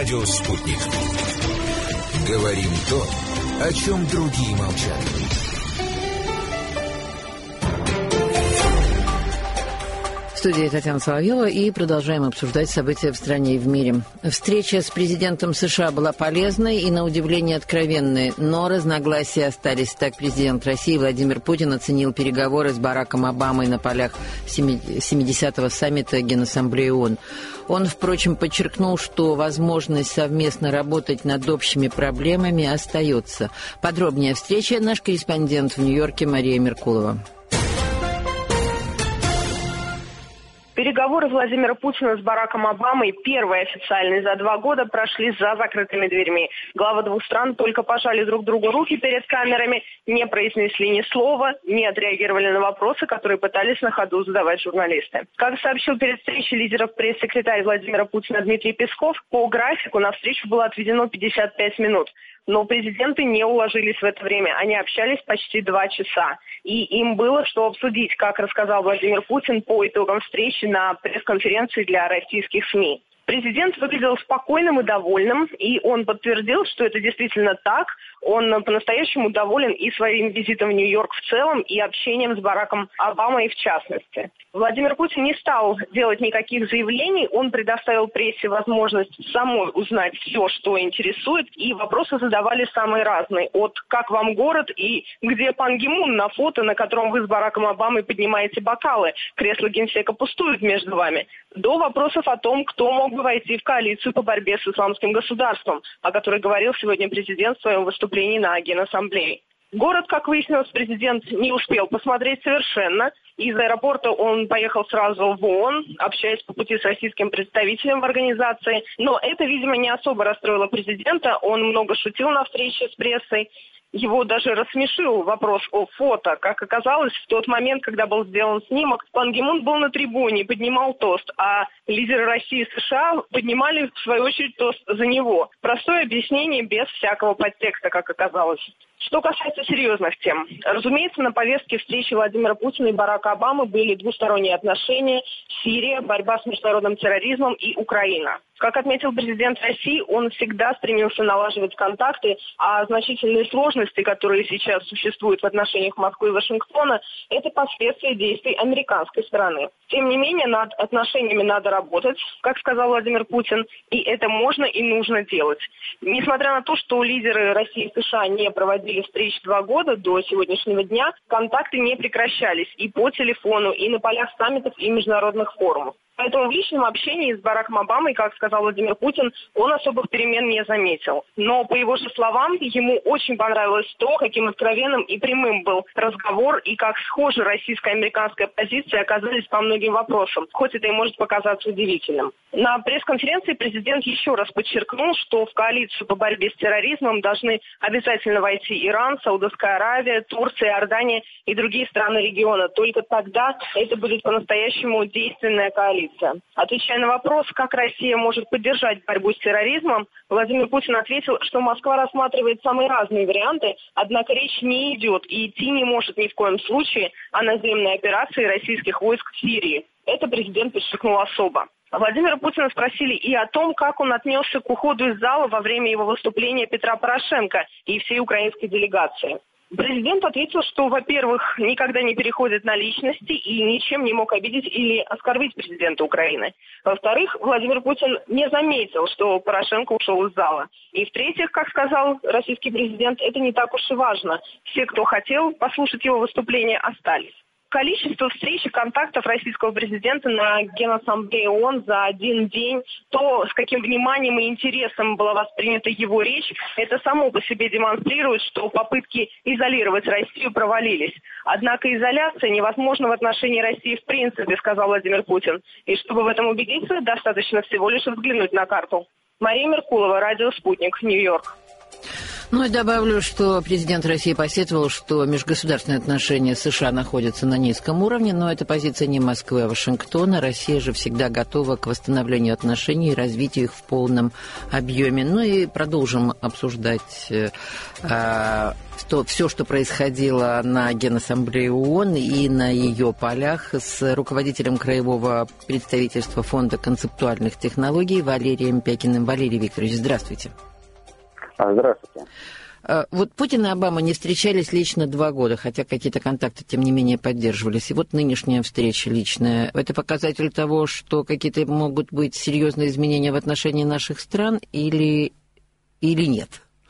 Радио «Спутник». Говорим то, о чем другие молчат. В студии Татьяна Соловьева, и продолжаем обсуждать события в стране и в мире. Встреча с президентом США была полезной и, на удивление, откровенной, но разногласия остались. Так президент России Владимир Путин оценил переговоры с Бараком Обамой на полях 70-го саммита Генассамблеи ООН. Он, впрочем, подчеркнул, что возможность совместно работать над общими проблемами остается. Подробнее о встрече наш корреспондент в Нью-Йорке Мария Меркулова. Переговоры Владимира Путина с Бараком Обамой, первые официальные за 2 года, прошли за закрытыми дверьми. Главы двух стран только пожали друг другу руки перед камерами, не произнесли ни слова, не отреагировали на вопросы, которые пытались на ходу задавать журналисты. Как сообщил перед встречей лидеров пресс-секретарь Владимира Путина Дмитрий Песков, по графику на встречу было отведено 55 минут. Но президенты не уложились в это время. Они общались почти 2 часа. И им было что обсудить, как рассказал Владимир Путин по итогам встречи на пресс-конференции для российских СМИ. Президент выглядел спокойным и довольным, и он подтвердил, что это действительно так. Он по-настоящему доволен и своим визитом в Нью-Йорк в целом, и общением с Бараком Обамой в частности. Владимир Путин не стал делать никаких заявлений, он предоставил прессе возможность самой узнать все, что интересует, и вопросы задавали самые разные. От «как вам город» и «где Пан Ги Мун на фото, на котором вы с Бараком Обамой поднимаете бокалы, кресло генсека пустует между вами», до вопросов о том, кто мог бы войти в коалицию по борьбе с исламским государством, о которой говорил сегодня президент в своем выступлении на Генассамблее. Город, как выяснилось, президент не успел посмотреть совершенно. Из аэропорта он поехал сразу в ООН, общаясь по пути с российским представителем в организации. Но это, видимо, не особо расстроило президента. Он много шутил на встрече с прессой. Его даже рассмешил вопрос о фото. Как оказалось, в тот момент, когда был сделан снимок, Пан Ги Мун был на трибуне, поднимал тост, а лидеры России и США поднимали, в свою очередь, тост за него. Простое объяснение без всякого подтекста, как оказалось. Что касается серьезных тем. Разумеется, на повестке встречи Владимира Путина и Барака Обамы были двусторонние отношения, Сирия, борьба с международным терроризмом и Украина. Как отметил президент России, он всегда стремился налаживать контакты, а значительные сложности, которые сейчас существуют в отношениях Москвы и Вашингтона, это последствия действий американской стороны. Тем не менее, над отношениями надо работать, как сказал Владимир Путин, и это можно и нужно делать. Несмотря на то, что лидеры России и США не проводили встреч 2 года до сегодняшнего дня, контакты не прекращались и по телефону, и на полях саммитов и международных форумов. Поэтому в личном общении с Бараком Обамой, как сказал Владимир Путин, он особых перемен не заметил. Но, по его же словам, ему очень понравилось то, каким откровенным и прямым был разговор, и как схожи российская и американская позиции оказались по многим вопросам, хоть это и может показаться удивительным. На пресс-конференции президент еще раз подчеркнул, что в коалицию по борьбе с терроризмом должны обязательно войти Иран, Саудовская Аравия, Турция, Иордания и другие страны региона. Только тогда это будет по-настоящему действенная коалиция. Отвечая на вопрос, как Россия может поддержать борьбу с терроризмом, Владимир Путин ответил, что Москва рассматривает самые разные варианты, однако речь не идет и идти не может ни в коем случае о наземной операции российских войск в Сирии. Это президент подчеркнул особо. Владимира Путина спросили и о том, как он отнесся к уходу из зала во время его выступления Петра Порошенко и всей украинской делегации. Президент ответил, что, во-первых, никогда не переходит на личности и ничем не мог обидеть или оскорбить президента Украины. Во-вторых, Владимир Путин не заметил, что Порошенко ушел из зала. И в-третьих, как сказал российский президент, это не так уж и важно. Все, кто хотел послушать его выступление, остались. Количество встреч и контактов российского президента на Генассамблее ООН за один день, то, с каким вниманием и интересом была воспринята его речь, это само по себе демонстрирует, что попытки изолировать Россию провалились. Однако изоляция невозможна в отношении России в принципе, сказал Владимир Путин. И чтобы в этом убедиться, достаточно всего лишь взглянуть на карту. Мария Меркулова, радио «Спутник», Нью-Йорк. Ну и добавлю, что президент России посетовал, что межгосударственные отношения США находятся на низком уровне, но это позиция не Москвы, а Вашингтона. Россия же всегда готова к восстановлению отношений и развитию их в полном объеме. Ну и продолжим обсуждать все, что происходило на Генассамблее ООН и на ее полях с руководителем краевого представительства Фонда концептуальных технологий Валерием Пякиным. Валерий Викторович, здравствуйте. Здравствуйте. Вот Путин и Обама не встречались лично 2 года, хотя какие-то контакты, тем не менее, поддерживались. И вот нынешняя встреча личная. Это показатель того, что какие-то могут быть серьезные изменения в отношении наших стран или нет?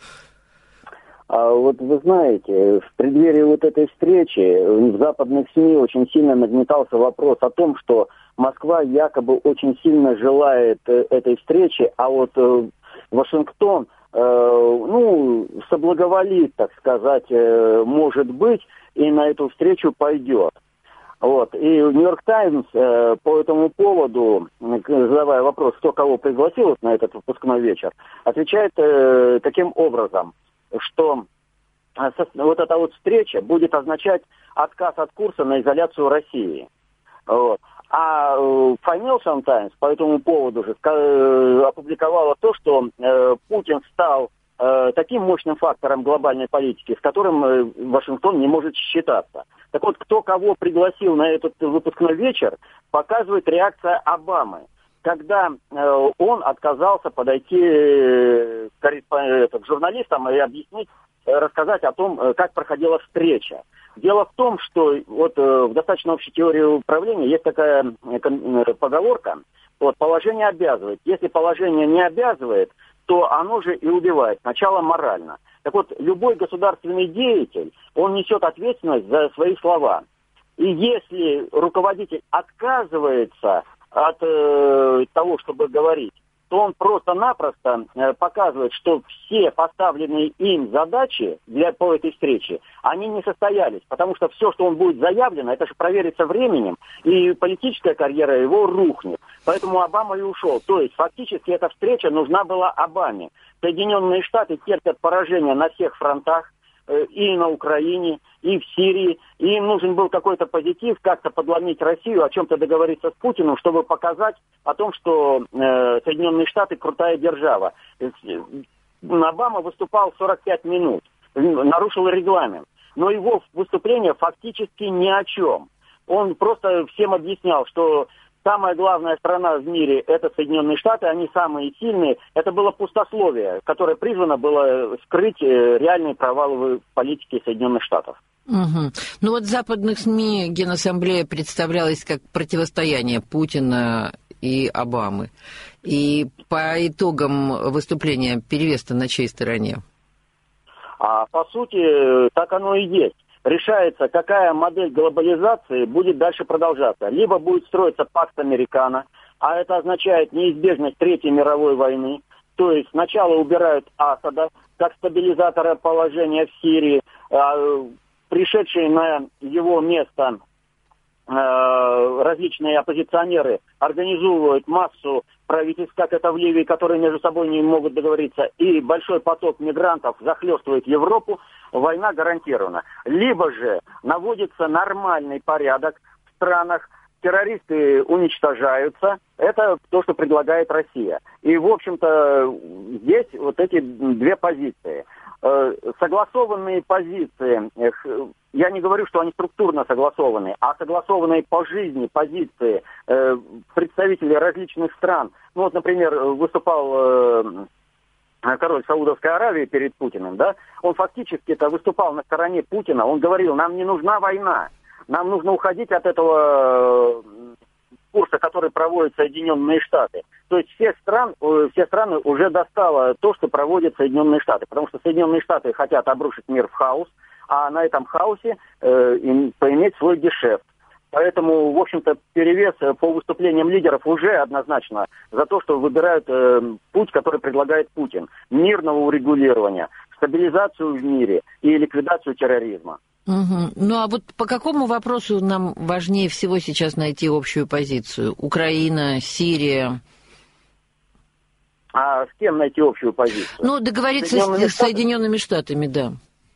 Вот вы знаете, в преддверии вот этой встречи в западных СМИ очень сильно нагнетался вопрос о том, что Москва якобы очень сильно желает этой встречи, а вот Вашингтон соблаговолит, так сказать, может быть, и на эту встречу пойдет. Вот. И «Нью-Йорк Таймс» по этому поводу, задавая вопрос, кто кого пригласил на этот выпускной вечер, отвечает таким образом, что вот эта вот встреча будет означать отказ от курса на изоляцию России. Вот. А Financial Times по этому поводу же опубликовала то, что Путин стал таким мощным фактором глобальной политики, с которым Вашингтон не может считаться. Так вот, кто кого пригласил на этот выпускной вечер, показывает реакция Обамы, когда он отказался подойти к журналистам и объяснить, рассказать о том, как проходила встреча. Дело в том, что вот в достаточно общей теории управления есть такая поговорка, вот, положение обязывает. Если положение не обязывает, то оно же и убивает. Сначала морально. Так вот, любой государственный деятель, он несет ответственность за свои слова. И если руководитель отказывается от того, чтобы говорить, то он просто-напросто показывает, что все поставленные им задачи по этой встрече, они не состоялись. Потому что все, что он будет заявлено, это же проверится временем, и политическая карьера его рухнет. Поэтому Обама и ушел. То есть фактически эта встреча нужна была Обаме. Соединенные Штаты терпят поражение на всех фронтах, и на Украине, и в Сирии. И им нужен был какой-то позитив, как-то подломить Россию, о чем-то договориться с Путиным, чтобы показать о том, что Соединенные Штаты крутая держава. Обама выступал 45 минут, нарушил регламент. Но его выступление фактически ни о чем. Он просто всем объяснял, что самая главная страна в мире – это Соединенные Штаты, они самые сильные. Это было пустословие, которое призвано было скрыть реальные провалы в политике Соединенных Штатов. Угу. Ну вот в западных СМИ Генассамблея представлялась как противостояние Путина и Обамы. И по итогам выступления перевес-то на чьей стороне? А по сути, так оно и есть. Решается, какая модель глобализации будет дальше продолжаться. Либо будет строиться пакт Американо, а это означает неизбежность Третьей мировой войны. То есть сначала убирают Асада как стабилизатора положения в Сирии, пришедшие на его место различные оппозиционеры организовывают массу правительств, как это в Ливии, которые между собой не могут договориться, и большой поток мигрантов захлестывает Европу, война гарантирована. Либо же наводится нормальный порядок в странах, террористы уничтожаются. Это то, что предлагает Россия. И, в общем-то, здесь вот эти две позиции. Согласованные позиции, я не говорю, что они структурно согласованы, а согласованные по жизни позиции представителей различных стран. Ну вот, например, выступал король Саудовской Аравии перед Путиным, да? Он фактически-то выступал на стороне Путина. Он говорил, нам не нужна война, нам нужно уходить от этого курса, который проводят Соединенные Штаты. То есть все страны уже достало то, что проводят Соединенные Штаты. Потому что Соединенные Штаты хотят обрушить мир в хаос, а на этом хаосе поиметь свой гешефт. Поэтому, в общем-то, перевес по выступлениям лидеров уже однозначно за то, что выбирают путь, который предлагает Путин. Мирного урегулирования, стабилизацию в мире и ликвидацию терроризма. Угу. Ну а вот по какому вопросу нам важнее всего сейчас найти общую позицию? Украина, Сирия? А с кем найти общую позицию? Ну, договориться с Соединенными Штатами, да.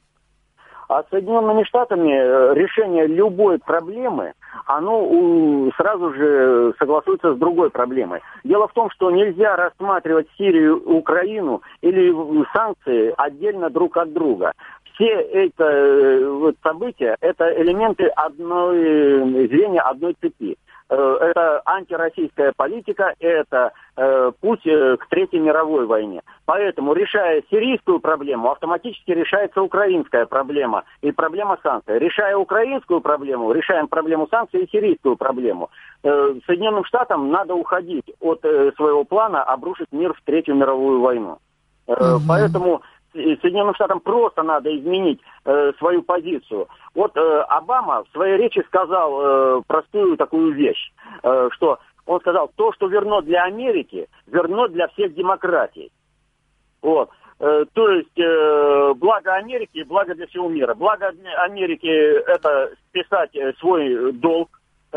А с Соединенными Штатами решение любой проблемы, оно сразу же согласуется с другой проблемой. Дело в том, что нельзя рассматривать Сирию, Украину или санкции отдельно друг от друга. Все эти события – это элементы звенья одной цепи. Это антироссийская политика, это путь к Третьей мировой войне. Поэтому, решая сирийскую проблему, автоматически решается украинская проблема и проблема санкций. Решая украинскую проблему, решаем проблему санкций и сирийскую проблему. Соединенным Штатам надо уходить от своего плана обрушить мир в Третью мировую войну. Поэтому Соединенным Штатам просто надо изменить свою позицию. Вот Обама в своей речи сказал простую такую вещь, что он сказал, то, что верно для Америки, верно для всех демократий. Вот. То есть благо Америки и благо для всего мира. Благо Америки – это списать свой долг,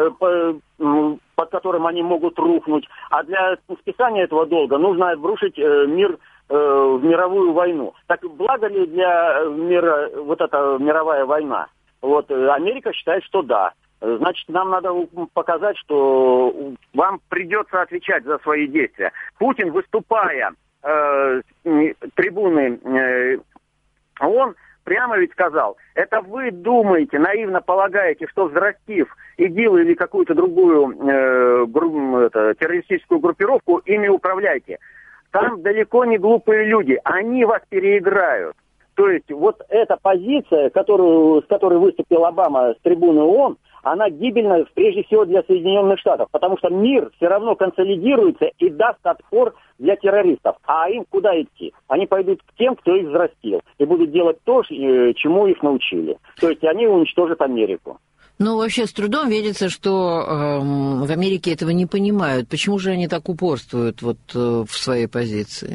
под которым они могут рухнуть. А для списания этого долга нужно обрушить мир в мировую войну. Так благо ли для мира вот эта мировая война? Вот Америка считает, что да. Значит, нам надо показать, что вам придется отвечать за свои действия. Путин, выступая с трибуны ООН, прямо ведь сказал, это вы думаете, наивно полагаете, что взрастив ИГИЛ или какую-то другую террористическую группировку, ими управляете. Там далеко не глупые люди, они вас переиграют. То есть вот эта позиция, с которой выступил Обама с трибуны ООН, она гибельна прежде всего для Соединенных Штатов, потому что мир все равно консолидируется и даст отпор для террористов. А им куда идти? Они пойдут к тем, кто их взрастил, и будут делать то, чему их научили. То есть они уничтожат Америку. Ну, вообще, с трудом верится, что в Америке этого не понимают. Почему же они так упорствуют вот в своей позиции?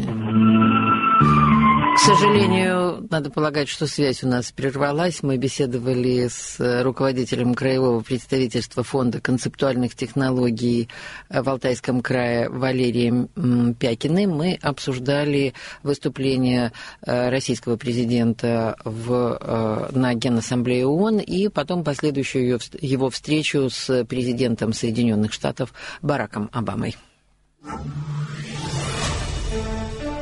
К сожалению, надо полагать, что связь у нас прервалась. Мы беседовали с руководителем краевого представительства Фонда концептуальных технологий в Алтайском крае Валерием Пякиным. Мы обсуждали выступление российского президента на Генассамблее ООН и потом последующую его встречу с президентом Соединенных Штатов Бараком Обамой.